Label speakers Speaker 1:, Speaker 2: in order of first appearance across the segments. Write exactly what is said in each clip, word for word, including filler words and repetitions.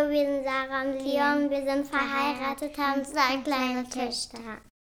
Speaker 1: Hallo, wir sind Sarah und Leon, wir sind verheiratet, haben zwei kleine Töchter.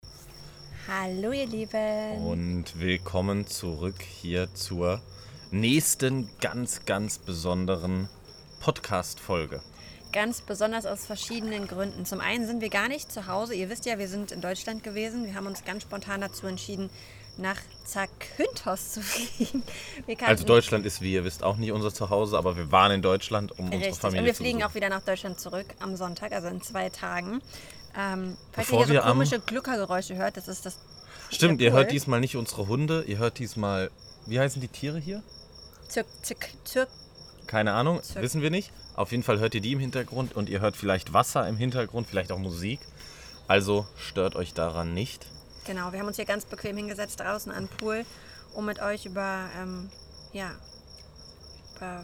Speaker 2: Hallo ihr Lieben.
Speaker 3: Und willkommen zurück hier zur nächsten ganz, ganz besonderen Podcast-Folge.
Speaker 2: Ganz besonders aus verschiedenen Gründen. Zum einen sind wir gar nicht zu Hause. Ihr wisst ja, wir sind in Deutschland gewesen. Wir haben uns ganz spontan dazu entschieden, nach Zakynthos zu fliegen.
Speaker 3: Also Deutschland ist, wie ihr wisst, auch nicht unser Zuhause, aber wir waren in Deutschland, um
Speaker 2: Richtig.
Speaker 3: unsere Familie
Speaker 2: Und wir
Speaker 3: zu
Speaker 2: fliegen
Speaker 3: besuchen.
Speaker 2: auch wieder nach Deutschland zurück am Sonntag, also in zwei Tagen. Ähm, falls
Speaker 3: Bevor
Speaker 2: ihr hier
Speaker 3: wir
Speaker 2: so
Speaker 3: am-
Speaker 2: komische Gluckergeräusche hört, das ist das
Speaker 3: Stimmt,
Speaker 2: der
Speaker 3: ihr
Speaker 2: Pool.
Speaker 3: hört diesmal nicht unsere Hunde, ihr hört diesmal, wie heißen die Tiere hier?
Speaker 2: Zirk, zirk, zirk.
Speaker 3: Keine Ahnung,
Speaker 2: Zirk.
Speaker 3: wissen wir nicht. Auf jeden Fall hört ihr die im Hintergrund und ihr hört vielleicht Wasser im Hintergrund, vielleicht auch Musik. Also stört euch daran nicht.
Speaker 2: Genau, wir haben uns hier ganz bequem hingesetzt draußen an den Pool, um mit euch über, ähm, ja, über,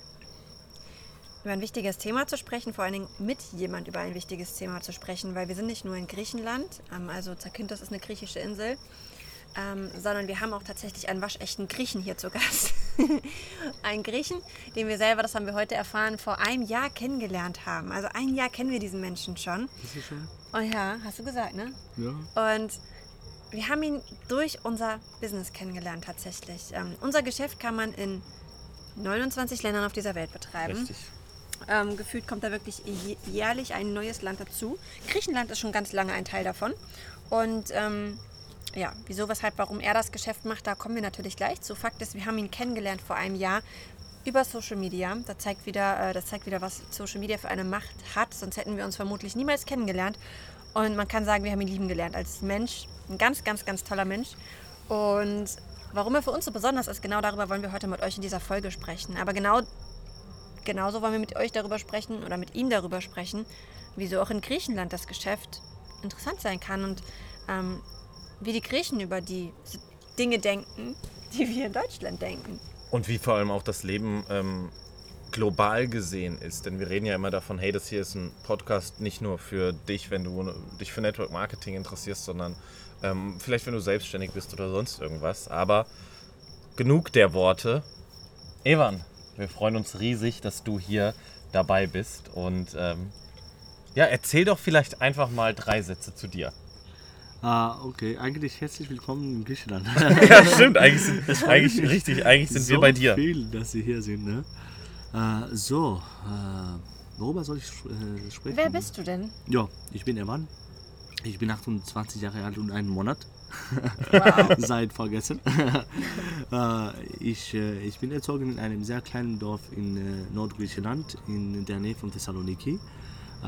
Speaker 2: über ein wichtiges Thema zu sprechen, vor allen Dingen mit jemand über ein wichtiges Thema zu sprechen, weil wir sind nicht nur in Griechenland, ähm, also Zakynthos ist eine griechische Insel, ähm, sondern wir haben auch tatsächlich einen waschechten Griechen hier zu Gast. Einen Griechen, den wir selber, das haben wir heute erfahren, vor einem Jahr kennengelernt haben. Also ein Jahr kennen wir diesen Menschen schon.
Speaker 4: Ist das schon?
Speaker 2: Oh ja, hast du gesagt, ne?
Speaker 4: Ja.
Speaker 2: Und wir haben ihn durch unser Business kennengelernt tatsächlich. Ähm, unser Geschäft kann man in neunundzwanzig Ländern auf dieser Welt betreiben.
Speaker 3: Richtig.
Speaker 2: Ähm, gefühlt kommt da wirklich je- jährlich ein neues Land dazu. Griechenland ist schon ganz lange ein Teil davon. Und ähm, ja, wieso, weshalb, warum er das Geschäft macht, da kommen wir natürlich gleich zu. Fakt ist, wir haben ihn kennengelernt vor einem Jahr über Social Media. Das zeigt wieder, äh, das zeigt wieder, was Social Media für eine Macht hat. Sonst hätten wir uns vermutlich niemals kennengelernt. Und man kann sagen, wir haben ihn lieben gelernt als Mensch. Ein ganz, ganz, ganz toller Mensch. Und warum er für uns so besonders ist, genau darüber wollen wir heute mit euch in dieser Folge sprechen. Aber genau, genauso wollen wir mit euch darüber sprechen oder mit ihm darüber sprechen, wieso auch in Griechenland das Geschäft interessant sein kann und ähm, wie die Griechen über die Dinge denken, die wir in Deutschland denken.
Speaker 3: Und wie vor allem auch das Leben ähm, global gesehen ist. Denn wir reden ja immer davon, hey, das hier ist ein Podcast nicht nur für dich, wenn du dich für Network Marketing interessierst, sondern ähm, vielleicht, wenn du selbstständig bist oder sonst irgendwas. Aber genug der Worte. Evan, wir freuen uns riesig, dass du hier dabei bist. Und ähm, ja, erzähl doch vielleicht einfach mal drei Sätze zu dir.
Speaker 4: Ah, okay. Eigentlich herzlich willkommen in Griechenland.
Speaker 3: Ja, stimmt. Eigentlich sind, eigentlich, richtig, eigentlich sind
Speaker 4: so
Speaker 3: wir bei dir.
Speaker 4: viel, dass Sie hier sind. Ne? Äh, so, äh, worüber soll ich äh, sprechen?
Speaker 2: Wer bist du denn?
Speaker 4: Ja, ich bin Evan. Ich bin achtundzwanzig Jahre alt und einen Monat.
Speaker 2: Wow.
Speaker 4: Seit vorgestern. äh, ich, äh, ich bin erzogen in einem sehr kleinen Dorf in äh, Nordgriechenland, in der Nähe von Thessaloniki. Äh,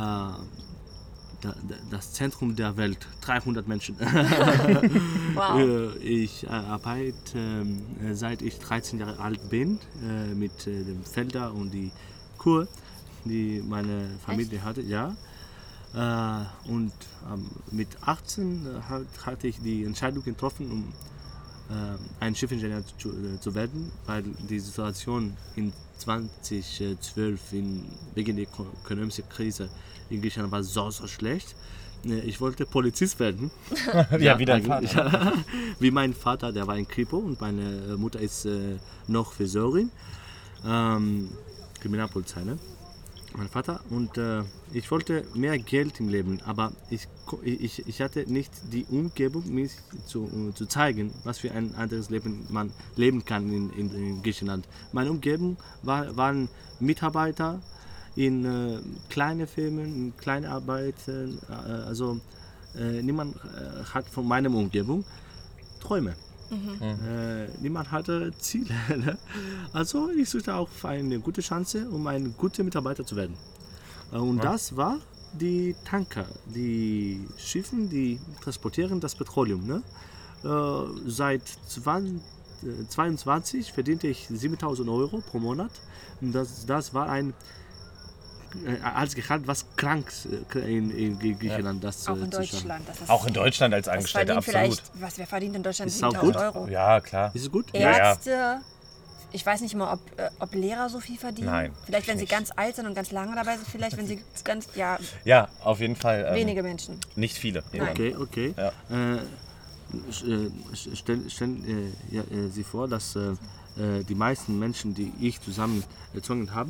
Speaker 4: da, da, das Zentrum der Welt, dreihundert Menschen.
Speaker 2: Wow.
Speaker 4: Äh, ich äh, arbeite äh, seit ich dreizehn Jahre alt bin äh, mit äh, dem Felder und die Kur, die meine Familie hatte. Ja. Äh, und ähm, mit achtzehn äh, hat, hatte ich die Entscheidung getroffen, um äh, ein Schiffingenieur zu, äh, zu werden, weil die Situation in zweitausendzwölf in, wegen der ökonomischen Krise in Griechenland war so, so schlecht. Äh, Ich wollte Polizist werden.
Speaker 3: Ja, wie dein
Speaker 4: eigentlich.
Speaker 3: Vater.
Speaker 4: Wie mein Vater, der war in Kripo und meine Mutter ist äh, noch Friseurin. Ähm, Kriminalpolizei, ne? Mein Vater. Und äh, ich wollte mehr Geld im Leben, aber ich, ko- ich, ich hatte nicht die Umgebung, mich zu, zu zeigen, was für ein anderes Leben man leben kann in, in, in Griechenland. Meine Umgebung war, waren Mitarbeiter in äh, kleine Firmen, in kleine Arbeiten. Äh, also äh, niemand äh, hat von meiner Umgebung Träume. Äh, niemand hatte Ziele. Ne? Also ich suchte auch eine gute Chance, um ein guter Mitarbeiter zu werden. Äh, und
Speaker 3: Ja.
Speaker 4: das war die Tanker, die Schiffe, die transportieren das Petroleum. Ne? Äh, seit zwanzig zweiundzwanzig verdiente ich siebentausend Euro pro Monat. Und das, das war ein äh, als Gehalt, was krank äh, in, in Griechenland. Das,
Speaker 2: Auch
Speaker 4: äh,
Speaker 2: in
Speaker 4: zu schaffen.
Speaker 2: Deutschland. Das ist,
Speaker 3: Auch in Deutschland als
Speaker 2: das
Speaker 3: Angestellter,
Speaker 2: verdient
Speaker 3: absolut.
Speaker 2: vielleicht, was, wer verdient in Deutschland
Speaker 4: Ist auch
Speaker 2: siebentausend
Speaker 4: gut.
Speaker 2: Euro?
Speaker 3: Ja, klar.
Speaker 4: Ist es gut?
Speaker 3: Ja, ja.
Speaker 2: Ärzte, ich weiß nicht mal, ob, äh, ob Lehrer so viel verdienen.
Speaker 3: Nein,
Speaker 2: Vielleicht, wenn sie
Speaker 3: nicht.
Speaker 2: ganz alt sind und ganz lange dabei sind, vielleicht, wenn sie ganz, ja,
Speaker 3: Ja, auf jeden Fall. Ähm,
Speaker 2: wenige Menschen.
Speaker 3: Nicht viele.
Speaker 2: Nein.
Speaker 4: Okay, okay.
Speaker 3: Ja.
Speaker 4: Äh, sch- äh, sch- stell, stellen äh, ja, äh, Sie vor, dass äh, äh, die meisten Menschen, die ich zusammen erzogen habe,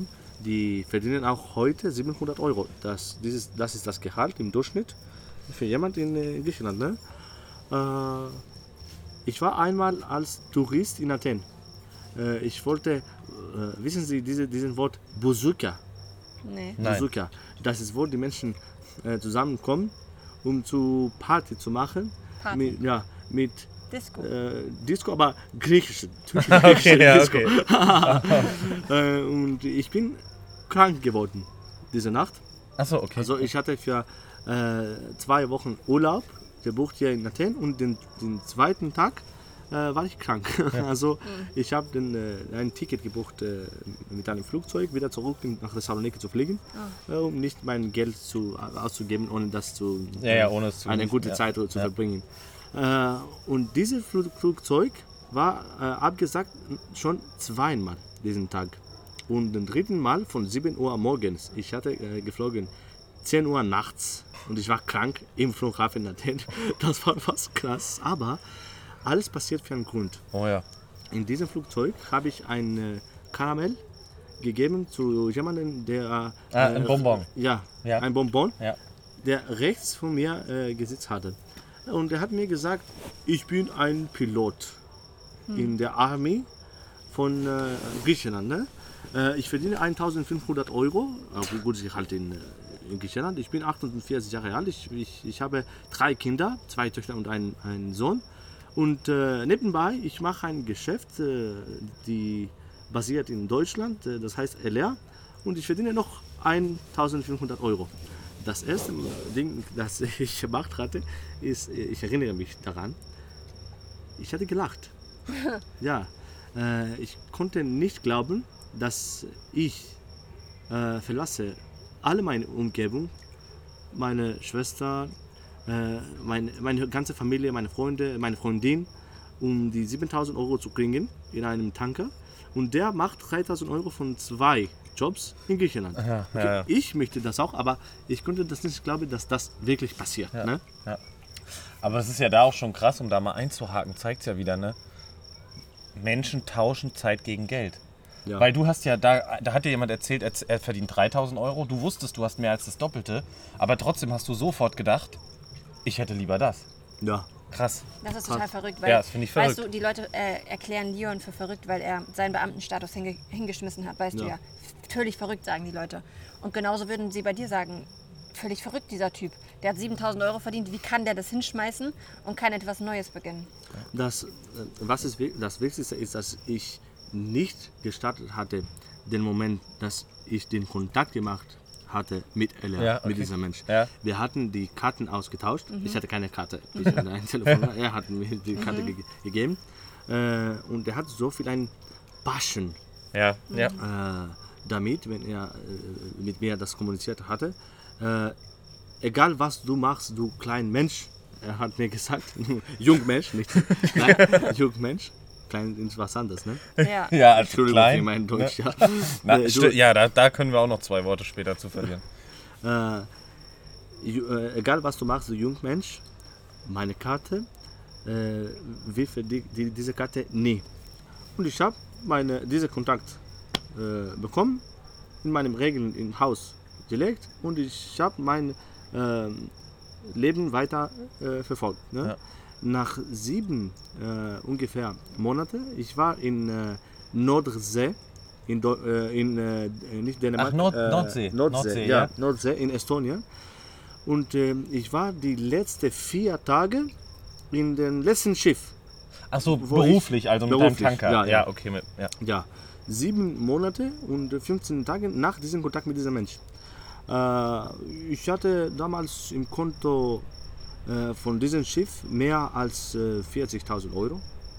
Speaker 4: die verdienen auch heute siebenhundert Euro. Das, dieses, das ist das Gehalt im Durchschnitt für jemand in äh, Griechenland. Ne? Äh, ich war einmal als Tourist in Athen. Äh, ich wollte, äh, wissen Sie, diese, diesen Wort Bouzouka.
Speaker 2: Nee.
Speaker 3: Nein.
Speaker 4: Bouzouka. Das ist, wo die Menschen äh, zusammenkommen, um zu Party zu machen.
Speaker 2: Party.
Speaker 4: Mit, ja, mit
Speaker 2: Disco.
Speaker 4: äh, Disco, aber griechische.
Speaker 3: Okay, ja,
Speaker 4: Disco.
Speaker 3: okay.
Speaker 4: äh, und ich bin krank geworden diese Nacht.
Speaker 3: Achso, okay.
Speaker 4: Also ich hatte für äh, zwei Wochen Urlaub gebucht hier in Athen und den, den zweiten Tag äh, war ich krank. Ja. Also ich habe äh, ein Ticket gebucht äh, mit einem Flugzeug wieder zurück nach Thessaloniki zu fliegen, oh. äh, um nicht mein Geld zu, auszugeben, ohne das zu
Speaker 3: ja, ja, ohne es zu
Speaker 4: eine gute
Speaker 3: ja.
Speaker 4: Zeit zu
Speaker 3: ja.
Speaker 4: verbringen. Äh, und dieses Flug, Flugzeug war äh, abgesagt schon zweimal diesen Tag. Und den dritten Mal von sieben Uhr morgens. Ich hatte äh, geflogen zehn Uhr nachts und ich war krank im Flughafen Athen. Das war was krass, aber alles passiert für einen Grund.
Speaker 3: Oh ja.
Speaker 4: In diesem Flugzeug habe ich ein äh, Karamell gegeben zu jemandem, der...
Speaker 3: Ah, ein Bonbon.
Speaker 4: Ja,
Speaker 3: Ja.
Speaker 4: ein Bonbon,
Speaker 3: Ja.
Speaker 4: der rechts von mir äh, gesitzt hatte. Und er hat mir gesagt, ich bin ein Pilot in der Armee von äh, Griechenland. Ne? Äh, ich verdiene eintausendfünfhundert Euro, äh, gut, ich halt in, in Griechenland. Ich bin achtundvierzig Jahre alt, ich, ich, ich habe drei Kinder, zwei Töchter und einen, einen Sohn. Und äh, nebenbei, ich mache ein Geschäft, äh, die basiert in Deutschland, äh, das heißt L R. Und ich verdiene noch eintausendfünfhundert Euro. Das erste Ding, das ich gemacht hatte, ist, ich erinnere mich daran, ich hatte gelacht. Ja, äh, ich konnte nicht glauben, dass ich äh, verlasse alle meine Umgebung, meine Schwester, äh, meine, meine ganze Familie, meine Freunde, meine Freundin, um die siebentausend Euro zu kriegen in einem Tanker. Und der macht dreitausend Euro von zwei Jobs in Griechenland.
Speaker 3: Ja,
Speaker 4: Okay,
Speaker 3: ja, ja.
Speaker 4: Ich möchte das auch, aber ich konnte das nicht glauben, dass das wirklich passiert.
Speaker 3: Ja.
Speaker 4: Ne?
Speaker 3: Ja. Aber es ist ja da auch schon krass, um da mal einzuhaken, zeigt es ja wieder, ne? Menschen tauschen Zeit gegen Geld.
Speaker 4: Ja.
Speaker 3: Weil du hast ja, da, da hat dir jemand erzählt, er, er verdient dreitausend Euro, du wusstest, du hast mehr als das Doppelte, aber trotzdem hast du sofort gedacht, ich hätte lieber das.
Speaker 4: Ja.
Speaker 3: Krass.
Speaker 2: Das ist total verrückt, weil,
Speaker 3: Ja, das finde ich
Speaker 2: weißt
Speaker 3: verrückt.
Speaker 2: du, die Leute äh, erklären Leon für verrückt, weil er seinen Beamtenstatus hinge hingeschmissen hat, weißt
Speaker 4: Ja.
Speaker 2: du ja. Völlig verrückt, sagen die Leute. Und genauso würden sie bei dir sagen, völlig verrückt, dieser Typ. Der hat siebentausend Euro verdient, wie kann der das hinschmeißen und kann etwas Neues beginnen?
Speaker 4: Das, äh, was ist, wi- das Wichtigste ist, dass ich nicht gestartet hatte, den Moment, dass ich den Kontakt gemacht hatte mit Ella,
Speaker 3: Ja, okay.
Speaker 4: mit diesem Mensch.
Speaker 3: Ja.
Speaker 4: Wir hatten die Karten ausgetauscht. Ich hatte keine Karte. Ich hatte ein Telefon. Er hat mir die Karte ge gegeben. Äh, und er hat so viel ein Passion
Speaker 3: Ja, ja.
Speaker 4: äh, damit, wenn er äh, mit mir das kommuniziert hatte. Äh, egal was du machst, du kleiner Mensch, er hat mir gesagt, Jungmensch, nicht klein, Jungmensch, klein ist was anderes, ne?
Speaker 2: Ja.
Speaker 3: Ja, als
Speaker 4: Entschuldigung
Speaker 3: klein.
Speaker 4: für mein Deutsch,
Speaker 3: ne?
Speaker 4: ja.
Speaker 3: Na,
Speaker 4: Äh,
Speaker 3: sti- ja, da, da können wir auch noch zwei Worte später zu verlieren.
Speaker 4: Äh, ju- äh, egal was du machst, du Jungmensch, meine Karte, äh, wie für die, die, diese Karte nie. Und ich habe meine diese Kontakt äh, bekommen, in meinem Regeln im Haus gelegt und ich habe mein ähm, Leben weiter äh, verfolgt. Ne?
Speaker 3: Ja.
Speaker 4: Nach sieben äh, ungefähr Monate, ich war in äh, Nordsee, in, Do äh, in äh, nicht Dänemark,
Speaker 3: Ach, Nord-
Speaker 4: äh,
Speaker 3: Nordsee.
Speaker 4: Nordsee,
Speaker 3: Nordsee,
Speaker 4: ja,
Speaker 3: ja.
Speaker 4: Nordsee in Estonien. Und ähm, ich war die letzten vier Tage in dem letzten Schiff.
Speaker 3: Ach so,
Speaker 4: Wo
Speaker 3: beruflich,
Speaker 4: ich-
Speaker 3: also mit
Speaker 4: beruflich,
Speaker 3: deinem Tanker.
Speaker 4: ja,
Speaker 3: Ja,
Speaker 4: ja.
Speaker 3: okay. Mit, ja.
Speaker 4: Ja, sieben Monate und fünfzehn Tage nach diesem Kontakt mit diesem Mensch. Äh, ich hatte damals im Konto äh, von diesem Schiff mehr als äh, vierzigtausend Euro.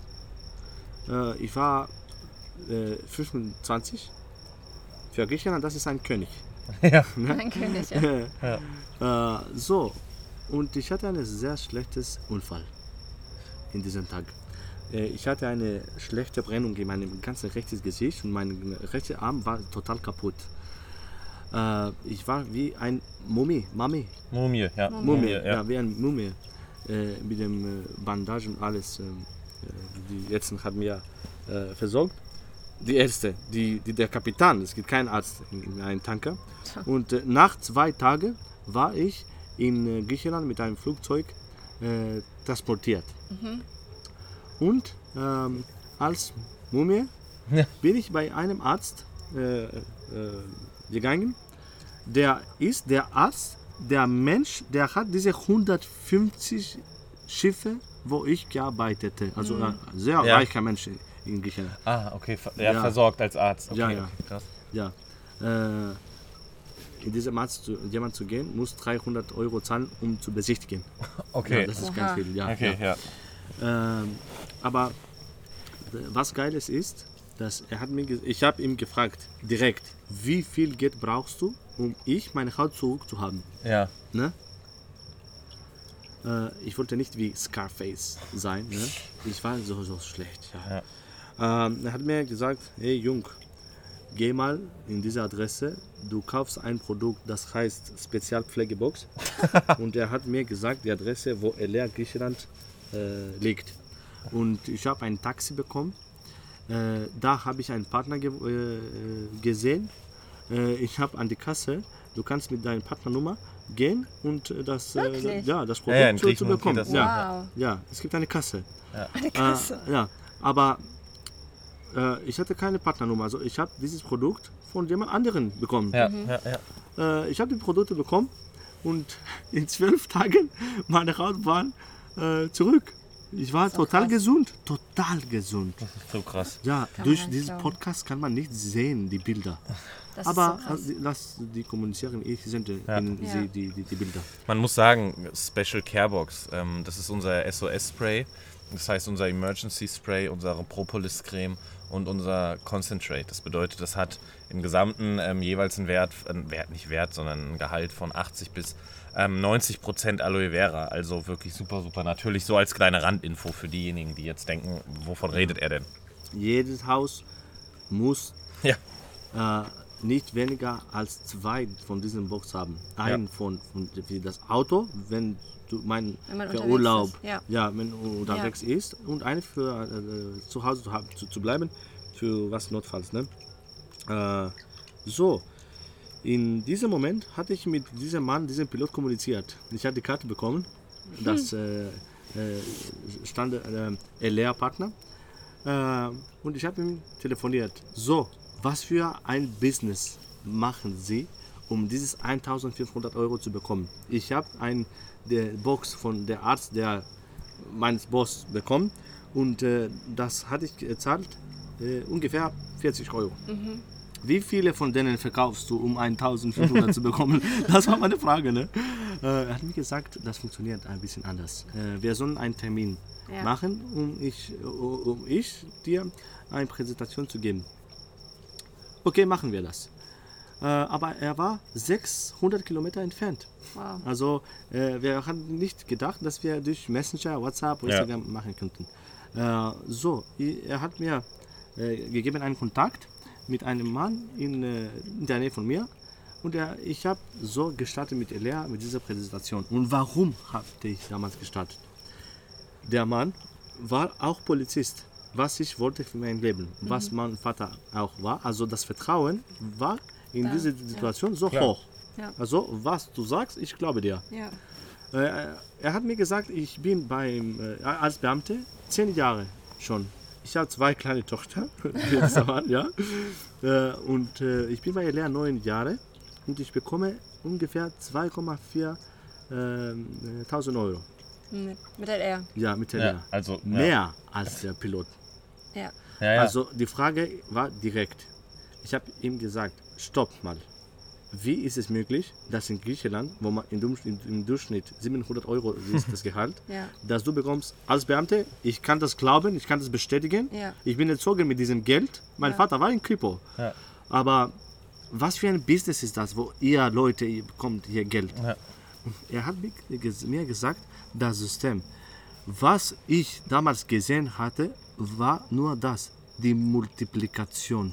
Speaker 4: Äh, ich war äh, fünfundzwanzig. Für Griechenland, das ist ein König.
Speaker 3: ja.
Speaker 2: Mein König, ja.
Speaker 4: Äh, so, und ich hatte einen sehr schlechten Unfall in diesem Tag. Äh, ich hatte eine schlechte Brennung in meinem ganzen rechtes Gesicht und mein rechter Arm war total kaputt. Äh, ich war wie ein Mumie, Mami,
Speaker 3: Mumie, ja.
Speaker 4: Mumie,
Speaker 3: ja.
Speaker 4: ja. wie ein Mumie, äh, mit dem äh, Bandagen alles. ähm, äh, die Ärzte haben mir äh, versorgt. die erste, die, die, der Kapitän, es gibt keinen Arzt in, in einem Tanker. Und äh, nach zwei Tagen war ich in äh, Griechenland mit einem Flugzeug äh, transportiert.
Speaker 2: Mhm.
Speaker 4: Und ähm, als Mumie
Speaker 3: Ja.
Speaker 4: bin ich bei einem Arzt äh, äh, gegangen. Der ist der Arzt, der Mensch, der hat diese hundertfünfzig Schiffe, wo ich gearbeitet habe. Also ein sehr
Speaker 3: Ja.
Speaker 4: reicher Mensch in Griechenland.
Speaker 3: Ah, okay, ver ja,
Speaker 4: Ja.
Speaker 3: versorgt als Arzt. Okay,
Speaker 4: Ja, ja.
Speaker 3: Okay, krass.
Speaker 4: Ja. Äh, in diesem Arzt zu, jemand zu gehen, muss dreihundert Euro zahlen, um zu besichtigen.
Speaker 3: Okay,
Speaker 4: Ja, das ist
Speaker 2: Oha.
Speaker 4: ganz viel. Ja,
Speaker 3: okay,
Speaker 4: ja.
Speaker 3: ja.
Speaker 4: Ähm, aber äh, was Geiles ist, dass er hat mir, ge- ich habe ihm gefragt direkt, wie viel Geld brauchst du, um ich meine Haut zurückzuhaben?
Speaker 3: Ja,
Speaker 4: Ne? Äh, ich wollte nicht wie Scarface sein. Ne? Ich war so, so schlecht. Ja. Ähm, er hat mir gesagt, hey Jung, geh mal in diese Adresse, du kaufst ein Produkt, das heißt Spezialpflegebox. Und er hat mir gesagt, die Adresse, wo L R Griechenland äh, liegt. Und ich habe ein Taxi bekommen. Äh, da habe ich einen Partner ge äh, gesehen. Äh, ich habe an die Kasse, du kannst mit deiner Partnernummer gehen und äh, das, äh,
Speaker 2: Wirklich?
Speaker 4: ja, das
Speaker 3: Ja,
Speaker 4: Produkt
Speaker 3: ja, in
Speaker 4: zu, zu
Speaker 3: Griechenland
Speaker 4: bekommen.
Speaker 3: geht das,
Speaker 4: ja.
Speaker 2: Wow.
Speaker 4: Ja, es gibt eine Kasse.
Speaker 2: Eine Kasse.
Speaker 4: Äh, ja, aber äh, ich hatte keine Partnernummer. Also ich habe dieses Produkt von jemand anderen bekommen.
Speaker 3: ja, ja, ja.
Speaker 4: Äh, ich habe die Produkte bekommen und in zwölf Tagen meine Haut war äh, zurück. Ich war
Speaker 2: ist doch
Speaker 4: total
Speaker 2: krass.
Speaker 4: gesund, total gesund.
Speaker 3: Das ist so krass.
Speaker 4: Ja,
Speaker 2: man
Speaker 4: durch
Speaker 2: nicht
Speaker 4: diesen
Speaker 2: glauben.
Speaker 4: Podcast kann man nicht sehen, die Bilder.
Speaker 2: Das
Speaker 4: Aber
Speaker 2: ist so krass.
Speaker 4: äh, die- das, die kommunizieren, ich sende
Speaker 3: Ja.
Speaker 4: ihnen
Speaker 2: Ja.
Speaker 4: sie, die, die, die Bilder.
Speaker 3: Man muss sagen, Special Carebox, ähm, das ist unser S O S-Spray, das heißt unser Emergency Spray, unsere Propolis-Creme und unser Concentrate. Das bedeutet, das hat im Gesamten ähm, jeweils einen Wert, einen Wert, nicht Wert, sondern einen Gehalt von achtzig bis ähm, neunzig Prozent Aloe Vera. Also wirklich super, super natürlich. So als kleine Randinfo für diejenigen, die jetzt denken, wovon redet er denn?
Speaker 4: Jedes Haus muss
Speaker 3: Ja.
Speaker 4: äh, nicht weniger als zwei von diesen Box haben. Einen von, von wie das Auto, wenn du mein
Speaker 2: Wenn man
Speaker 4: für
Speaker 2: unterwegs
Speaker 4: Urlaub,
Speaker 2: ist, ja.
Speaker 4: wenn du unterwegs ist, und eine für äh, zu Hause zu, haben, zu, zu bleiben, für was notfalls. Ne? Äh, so, in diesem Moment hatte ich mit diesem Mann, diesem Pilot kommuniziert. Ich hatte die Karte bekommen, das äh, äh, stand äh, L R-Partner. Äh, und ich habe ihm telefoniert. So, was für ein Business machen Sie, um dieses eintausendfünfhundert Euro zu bekommen? Ich habe ein der Box von der Arzt, der meines Boss bekommen, und äh, das hatte ich gezahlt äh, ungefähr vierzig Euro. Wie viele von denen verkaufst du, um eintausendfünfhundert zu bekommen? Das war meine Frage. Ne? Äh, er hat mir gesagt, das funktioniert ein bisschen anders. Äh, wir sollen einen Termin
Speaker 2: Ja.
Speaker 4: machen, um ich, um ich dir eine Präsentation zu geben. Okay, machen wir das. Äh, aber er war sechshundert Kilometer entfernt.
Speaker 2: Wow.
Speaker 4: Also äh, wir hatten nicht gedacht, dass wir durch Messenger, WhatsApp oder
Speaker 3: Ja.
Speaker 4: Instagram machen könnten. Äh, so, i- er hat mir äh, gegeben einen Kontakt mit einem Mann in, äh, in der Nähe von mir. Und er, ich habe so gestartet mit L R, mit dieser Präsentation. Und warum hatte ich damals gestartet? Der Mann war auch Polizist, was ich wollte für mein Leben, was mein Vater auch war. Also das Vertrauen war in
Speaker 2: Da,
Speaker 4: dieser
Speaker 2: ja.
Speaker 4: Situation so
Speaker 3: Klar.
Speaker 4: hoch.
Speaker 2: Ja.
Speaker 4: Also was du sagst, ich glaube dir.
Speaker 2: Ja.
Speaker 4: Äh, er hat mir gesagt, ich bin beim, äh, als Beamte zehn Jahre schon. Ich habe zwei kleine Tochter, dieser Mann, ja. Äh, und äh, ich bin bei L R neun Jahre und ich bekomme ungefähr zwei Komma vier ähm, äh, tausend Euro.
Speaker 2: Mit, mit L R.
Speaker 4: Ja, mit L R.
Speaker 3: Ja, also, ja.
Speaker 4: Mehr als der Pilot.
Speaker 2: Ja.
Speaker 3: Ja, ja.
Speaker 4: Also die Frage war direkt. Ich habe ihm gesagt, stopp mal. Wie ist es möglich, dass in Griechenland, wo man im, Durchschnitt- im, im Durchschnitt siebenhundert Euro ist das Gehalt,
Speaker 2: Ja.
Speaker 4: dass du bekommst als Beamte, ich kann das glauben, ich kann das bestätigen,
Speaker 2: Ja.
Speaker 4: ich bin erzogen mit diesem Geld, mein
Speaker 2: Ja.
Speaker 4: Vater war in Kripo.
Speaker 3: Ja.
Speaker 4: Aber was für ein Business ist das, wo ihr Leute, ihr bekommt hier Geld?
Speaker 3: Ja.
Speaker 4: Er hat mir ges- mir gesagt, das System, was ich damals gesehen hatte, war nur das, die Multiplikation.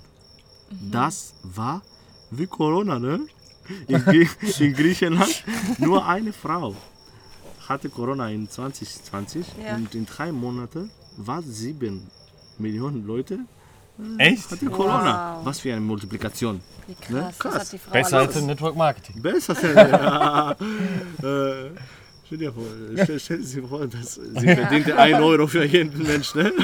Speaker 4: Das war wie Corona, ne? In, Grie in Griechenland nur eine Frau hatte Corona in zwanzig zwanzig
Speaker 2: Ja.
Speaker 4: und in drei Monaten waren sieben Millionen Leute
Speaker 3: Echt?
Speaker 4: Hatte Corona. Wow. Was für eine Multiplikation.
Speaker 2: Wie krass.
Speaker 4: Ne? Krass.
Speaker 2: Das hat die Frau
Speaker 3: Besser
Speaker 2: alles.
Speaker 3: als im Network Marketing.
Speaker 4: Besser. ja. äh, stell dir vor, stell, stell dir vor, dass sie verdiente ein Euro für jeden Menschen. Ne?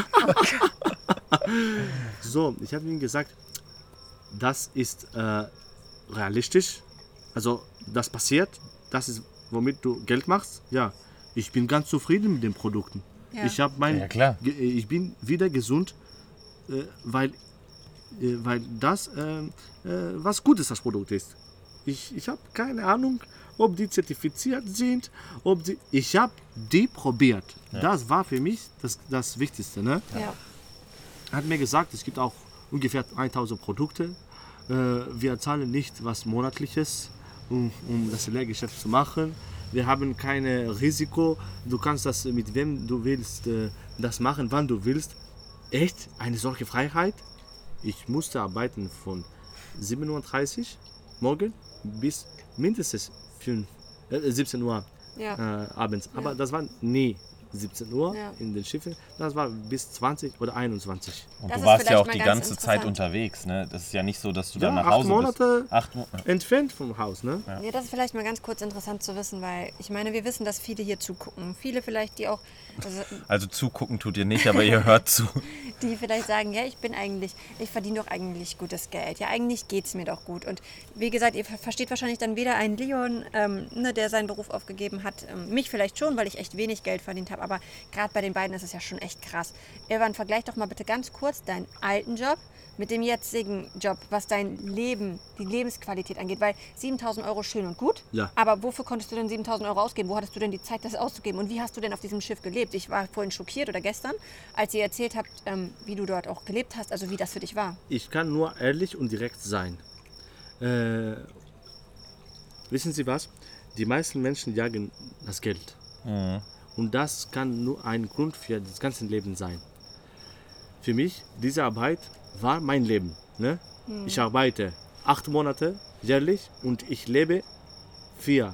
Speaker 4: So, ich habe Ihnen gesagt, das ist äh, realistisch. Also das passiert, das ist, womit du Geld machst. Ja, ich bin ganz zufrieden mit den Produkten.
Speaker 2: Ja.
Speaker 4: Ich habe mein,
Speaker 3: Ja, klar.
Speaker 4: ich bin wieder gesund, äh, weil, äh, weil das äh, äh, was Gutes das Produkt ist. Ich, ich habe keine Ahnung, ob die zertifiziert sind, ob die. Ich habe die probiert. Ja. Das war für mich das, das Wichtigste. Ne?
Speaker 2: Ja.
Speaker 4: Er hat mir gesagt, es gibt auch ungefähr tausend Produkte. Äh, wir zahlen nicht was Monatliches, um, um das Lehrgeschäft zu machen. Wir haben kein Risiko. Du kannst das mit wem du willst, äh, das machen, wann du willst. Echt? Eine solche Freiheit? Ich musste arbeiten von sieben Uhr dreißig morgen bis mindestens fünf, äh, siebzehn Uhr
Speaker 2: Ja.
Speaker 4: äh, abends. Aber
Speaker 2: Ja.
Speaker 4: das war nie siebzehn Uhr
Speaker 2: Ja.
Speaker 4: in den Schiffen. Das war bis zwanzig oder einundzwanzig.
Speaker 3: Und
Speaker 2: Das
Speaker 3: du
Speaker 2: ist
Speaker 3: warst ja
Speaker 2: vielleicht
Speaker 3: auch
Speaker 2: mal
Speaker 3: die
Speaker 2: ganz
Speaker 3: ganze Zeit
Speaker 2: interessant.
Speaker 3: unterwegs, ne? Das ist ja nicht so, dass du
Speaker 4: Ja,
Speaker 3: dann nach
Speaker 4: acht
Speaker 3: Hause
Speaker 4: Monate
Speaker 3: bist. Acht Monate.
Speaker 4: entfernt vom Haus, ne?
Speaker 3: Ja.
Speaker 2: Ja, das ist vielleicht mal ganz kurz interessant zu wissen, weil ich meine, wir wissen, dass viele hier zugucken. Viele vielleicht, die auch, also,
Speaker 3: Also zugucken tut ihr nicht, aber ihr hört zu.
Speaker 2: die vielleicht sagen, ja, ich bin eigentlich, ich verdiene doch eigentlich gutes Geld. Ja, eigentlich geht es mir doch gut. Und wie gesagt, ihr ver- versteht wahrscheinlich dann weder einen Leon, ähm, ne, der seinen Beruf aufgegeben hat, ähm, mich vielleicht schon, weil ich echt wenig Geld verdient habe. Aber gerade bei den beiden ist es ja schon echt krass. Irwan, vergleich doch mal bitte ganz kurz deinen alten Job mit dem jetzigen Job, was dein Leben, die Lebensqualität angeht. Weil siebentausend Euro schön und gut,
Speaker 4: Ja.
Speaker 2: aber wofür konntest du denn siebentausend Euro ausgeben? Wo hattest du denn die Zeit, das auszugeben? Und wie hast du denn auf diesem Schiff gelebt? Ich war vorhin schockiert oder gestern, als ihr erzählt habt, ähm, wie du dort auch gelebt hast, also wie das für dich war.
Speaker 4: Ich kann nur ehrlich und direkt sein. Äh, wissen Sie was? Die meisten Menschen jagen das Geld.
Speaker 3: Mhm.
Speaker 4: Und das kann nur ein Grund für das ganze Leben sein. Für mich, diese Arbeit war mein Leben. Ne? Ich arbeite acht Monate jährlich und ich lebe vier.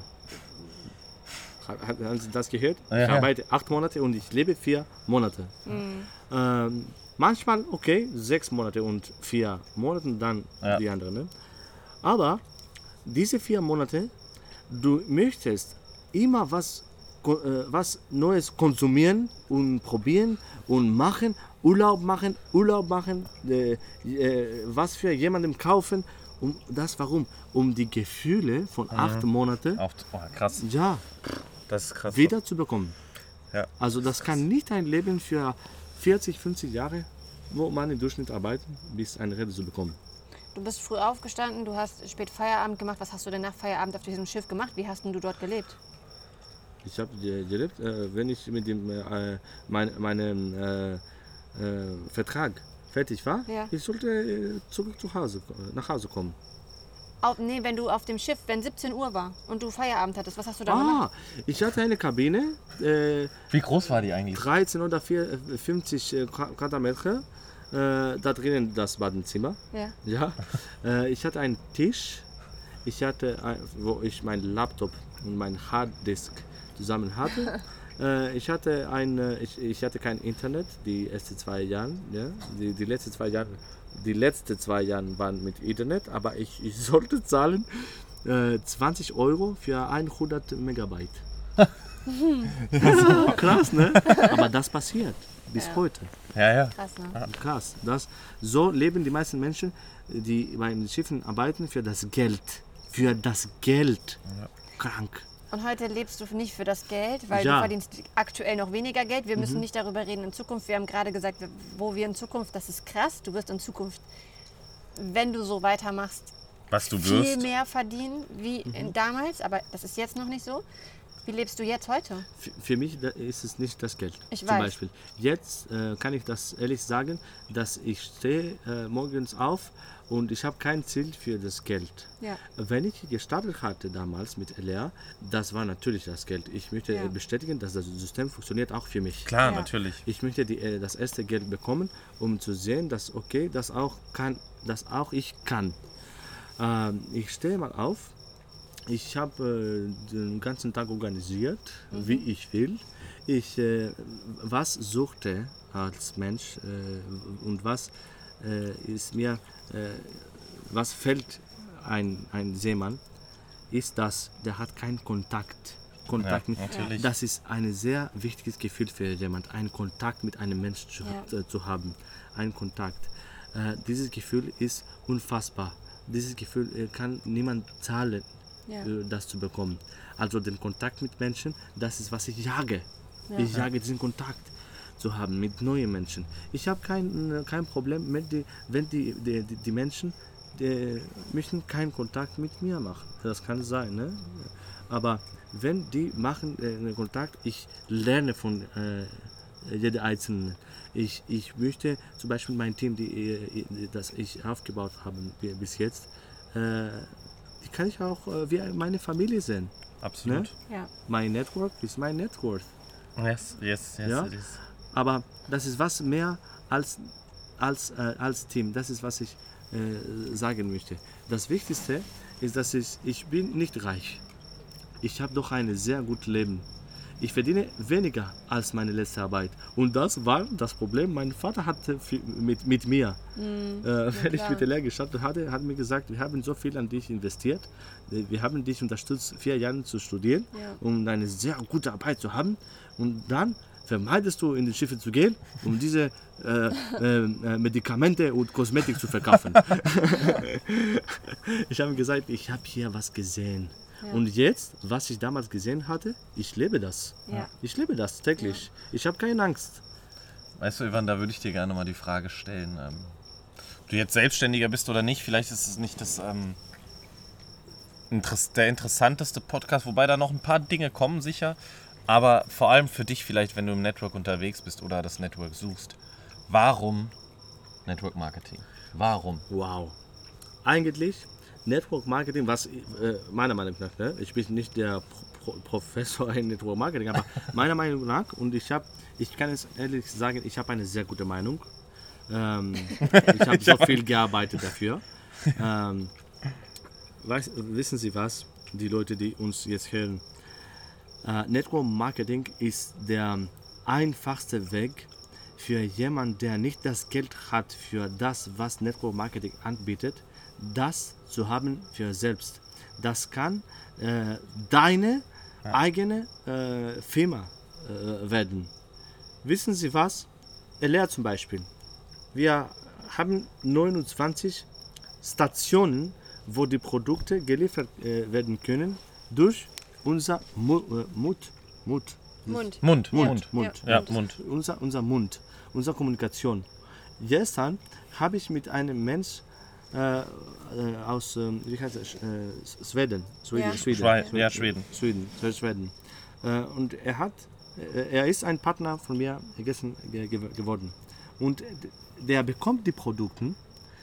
Speaker 4: Hat- hat- Haben Sie das gehört?
Speaker 3: Ja,
Speaker 4: ich
Speaker 3: ja.
Speaker 4: arbeite acht Monate und ich lebe vier Monate. Ähm, manchmal okay, sechs Monate und vier Monate, dann
Speaker 3: Ja.
Speaker 4: die anderen. Ne? Aber diese vier Monate, du möchtest immer was, ko- äh, was Neues konsumieren und probieren und machen, Urlaub machen, Urlaub machen, äh, äh, was für jemandem kaufen. Und das warum? Um die Gefühle von acht Monaten
Speaker 3: Auch, oh, krass.
Speaker 4: ja,
Speaker 3: Das ist krass.
Speaker 4: wieder zu bekommen.
Speaker 3: Ja.
Speaker 4: Also das kann nicht ein Leben für vierzig, fünfzig Jahre, wo man im Durchschnitt arbeitet, bis eine Rente zu bekommen.
Speaker 2: Du bist früh aufgestanden, du hast spät Feierabend gemacht. Was hast du denn nach Feierabend auf diesem Schiff gemacht? Wie hast denn du dort gelebt?
Speaker 4: Ich habe gelebt, äh, wenn ich mit dem äh, mein, meinem äh, äh, Vertrag fertig war,
Speaker 2: Ja.
Speaker 4: ich sollte äh, zurück zu Hause, äh, nach Hause kommen.
Speaker 2: Auf, nee, wenn du auf dem Schiff, wenn siebzehn Uhr war und du Feierabend hattest, was hast du da gemacht?
Speaker 4: Ah, ich hatte eine Kabine, äh,
Speaker 3: Wie groß war die eigentlich?
Speaker 4: dreizehn oder fünfzig äh, Quadratmeter, äh, da drinnen das Badezimmer.
Speaker 2: Ja.
Speaker 4: Ja, äh, ich hatte einen Tisch, ich hatte, ein, wo ich meinen Laptop und meinen Harddisk zusammen hatte. äh, ich hatte ein, äh, ich, ich hatte kein Internet die ersten zwei Jahre, ja, die, die letzten zwei Jahre, die letzten zwei Jahre waren mit Internet, aber ich, ich sollte zahlen äh, zwanzig Euro für hundert Megabyte. Krass, ne? Aber das passiert bis
Speaker 2: Ja.
Speaker 4: heute.
Speaker 3: Ja, ja.
Speaker 2: Krass, ne?
Speaker 4: Krass. Das, so leben die meisten Menschen, die bei den Schiffen arbeiten, für das Geld. Für das Geld. Krank.
Speaker 2: Und heute lebst du nicht für das Geld, weil
Speaker 4: Ja.
Speaker 2: du verdienst aktuell noch weniger Geld. Wir müssen nicht darüber reden in Zukunft. Wir haben gerade gesagt, wo wir in Zukunft, das ist krass, du wirst in Zukunft, wenn du so weitermachst,
Speaker 3: Was du
Speaker 2: viel
Speaker 3: wirst.
Speaker 2: mehr verdienen wie in damals, aber das ist jetzt noch nicht so. Wie lebst du jetzt heute?
Speaker 4: F- Für mich da ist es nicht das Geld.
Speaker 2: Ich
Speaker 4: Zum
Speaker 2: weiß.
Speaker 4: Beispiel. Jetzt äh, kann ich das ehrlich sagen, dass ich stehe äh, morgens auf und ich habe kein Ziel für das Geld.
Speaker 2: Ja.
Speaker 4: Wenn ich gestartet hatte damals mit L R, das war natürlich das Geld. Ich möchte
Speaker 2: Ja.
Speaker 4: äh, bestätigen, dass das System funktioniert auch für mich.
Speaker 3: Klar,
Speaker 2: Ja.
Speaker 3: natürlich.
Speaker 4: Ich möchte die, äh, das erste Geld bekommen, um zu sehen, dass okay, das auch kann, dass auch ich kann. Ähm, ich stehe mal auf. Ich habe äh, den ganzen Tag organisiert, wie ich will. Ich äh, was suchte als Mensch äh, und was äh, ist mir, äh, was fällt ein, ein Seemann, ist, dass der hat keinen Kontakt. Kontakt
Speaker 3: Ja,
Speaker 4: mit,
Speaker 3: natürlich.
Speaker 4: das ist ein sehr wichtiges Gefühl für jemanden, einen Kontakt mit einem Menschen zu,
Speaker 2: Ja.
Speaker 4: äh, zu haben. Einen Kontakt. Äh, dieses Gefühl ist unfassbar. Dieses Gefühl äh, kann niemand zahlen,
Speaker 2: Ja.
Speaker 4: äh, das zu bekommen. Also den Kontakt mit Menschen, das ist, was ich jage.
Speaker 2: Ja.
Speaker 4: Ich jage diesen Kontakt zu haben mit neuen Menschen. Ich habe kein, kein Problem, wenn die, wenn die, die, die, die Menschen die möchten keinen Kontakt mit mir machen. Das kann sein, ne? Aber wenn die machen äh, einen Kontakt, ich lerne von äh, jeder Einzelnen. Ich, ich möchte zum Beispiel mein Team, die, äh, das ich aufgebaut habe bis jetzt, äh, die kann ich auch äh, wie meine Familie sehen.
Speaker 3: Absolut.
Speaker 2: Ja.
Speaker 4: Mein Network ist mein Network.
Speaker 3: Yes, yes, yes,
Speaker 4: Ja?
Speaker 3: it is.
Speaker 4: Aber das ist was mehr als, als, äh, als Team. Das ist, was ich äh, sagen möchte. Das Wichtigste ist, dass ich, ich bin nicht reich. Ich habe doch ein sehr gutes Leben. Ich verdiene weniger als meine letzte Arbeit. Und das war das Problem. Mein Vater hatte viel mit, mit mir,
Speaker 2: Mhm.
Speaker 4: äh, wenn ich
Speaker 2: klar.
Speaker 4: mit der Lehre gestartet hatte, hat mir gesagt, wir haben so viel an dich investiert. Wir haben dich unterstützt, vier Jahre zu studieren,
Speaker 2: Ja.
Speaker 4: um eine sehr gute Arbeit zu haben. Und dann vermeidest du, in die Schiffe zu gehen, um diese äh, äh, Medikamente und Kosmetik zu verkaufen. Ich habe gesagt, ich habe hier was gesehen.
Speaker 2: Ja.
Speaker 4: Und jetzt, was ich damals gesehen hatte, ich lebe das.
Speaker 2: Ja.
Speaker 4: Ich lebe das täglich. Ich habe keine Angst.
Speaker 3: Weißt du, Ivan, da würde ich dir gerne mal die Frage stellen, ähm, ob du jetzt Selbstständiger bist oder nicht. Vielleicht ist es nicht das, ähm, Interess- der interessanteste Podcast, wobei da noch ein paar Dinge kommen, sicher. Aber vor allem für dich vielleicht, wenn du im Network unterwegs bist oder das Network suchst. Warum Network Marketing? Warum?
Speaker 4: Wow. Eigentlich Network Marketing, was äh, meiner Meinung nach, ne? Ich bin nicht der Pro Professor in Network Marketing, aber meiner Meinung nach, und ich habe, ich kann es ehrlich sagen, ich habe eine sehr gute Meinung. Ähm, ich habe so viel gearbeitet dafür. Ähm, weiß, wissen Sie was, die Leute, die uns jetzt hören? Äh, Network Marketing ist der einfachste Weg für jemanden, der nicht das Geld hat für das, was Network Marketing anbietet, das zu haben für selbst. Das kann äh, deine
Speaker 3: Ja.
Speaker 4: eigene äh, Firma äh, werden. Wissen Sie was? L R zum Beispiel. Wir haben neunundzwanzig Stationen, wo die Produkte geliefert äh, werden können durch unser Mu äh, Mut. Mut.
Speaker 2: Mund.
Speaker 3: Mund,
Speaker 2: Ja.
Speaker 3: Mund.
Speaker 4: Mund.
Speaker 3: Ja,
Speaker 2: Mund.
Speaker 3: Mund.
Speaker 4: Unser, unser Mund, unsere Kommunikation. Gestern habe ich mit einem Mensch äh, äh, aus ähm, wie heißt es, äh, Schweden, Schweden,
Speaker 2: Ja.
Speaker 4: Schweden,
Speaker 3: Schwei- ja, Schweden.
Speaker 4: Schweden, Schweden. Äh, und er hat, äh, er ist ein Partner von mir gestern ge ge geworden. Und d- der bekommt die Produkte,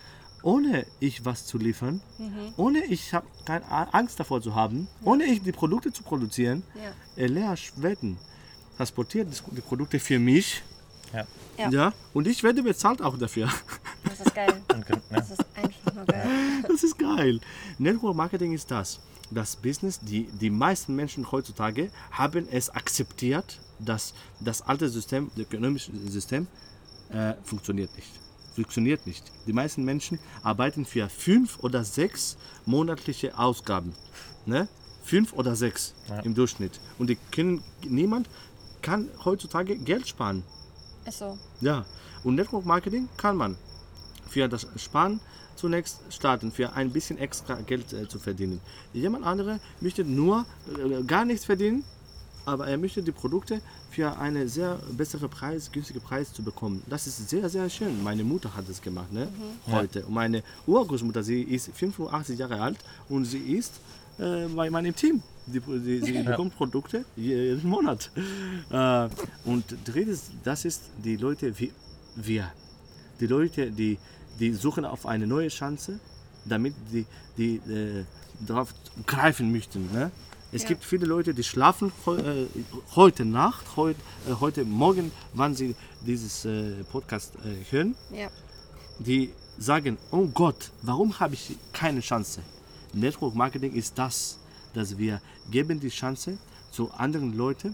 Speaker 4: ohne ich was zu liefern,
Speaker 2: Mhm.
Speaker 4: ohne ich hab keine A- Angst davor zu haben, ohne ich die Produkte zu produzieren.
Speaker 2: Ja.
Speaker 4: L R Schweden transportiert die die Produkte für mich.
Speaker 3: Ja.
Speaker 2: Ja.
Speaker 4: Ja, und ich werde bezahlt auch dafür.
Speaker 2: Das ist geil.
Speaker 3: Und ge- ne?
Speaker 2: Das ist einfach nur geil.
Speaker 4: Das ist geil. Network Marketing ist das. Das Business, die, die meisten Menschen heutzutage haben es akzeptiert, dass das alte System, das ökonomische System, äh, funktioniert nicht. Funktioniert nicht. Die meisten Menschen arbeiten für fünf oder sechs monatliche Ausgaben. Ne? Fünf oder sechs
Speaker 3: Ja.
Speaker 4: im Durchschnitt. Und die können, niemand kann heutzutage Geld sparen.
Speaker 2: Ist so.
Speaker 4: Ja, und Network Marketing kann man für das Sparen zunächst starten, für ein bisschen extra Geld äh, zu verdienen. Jemand andere möchte nur äh, gar nichts verdienen, aber er möchte die Produkte für einen sehr besseren Preis, günstigen Preis zu bekommen. Das ist sehr, sehr schön. Meine Mutter hat das gemacht, ne? Heute. Und meine Urgroßmutter, sie ist fünfundachtzig Jahre alt und sie ist äh, bei meinem Team. Die, die, sie bekommt Produkte jeden Monat. Äh, und drittes, das ist die Leute wie wir. Die Leute, die, die suchen auf eine neue Chance, damit die, die äh, darauf greifen möchten. Ne? Es
Speaker 2: Ja.
Speaker 4: gibt viele Leute, die schlafen heu, äh, heute Nacht, heu, äh, heute Morgen, wann sie dieses äh, Podcast äh, hören,
Speaker 2: Ja.
Speaker 4: die sagen, oh Gott, warum habe ich keine Chance? Network Marketing ist das, dass wir geben die Chance zu anderen Leuten,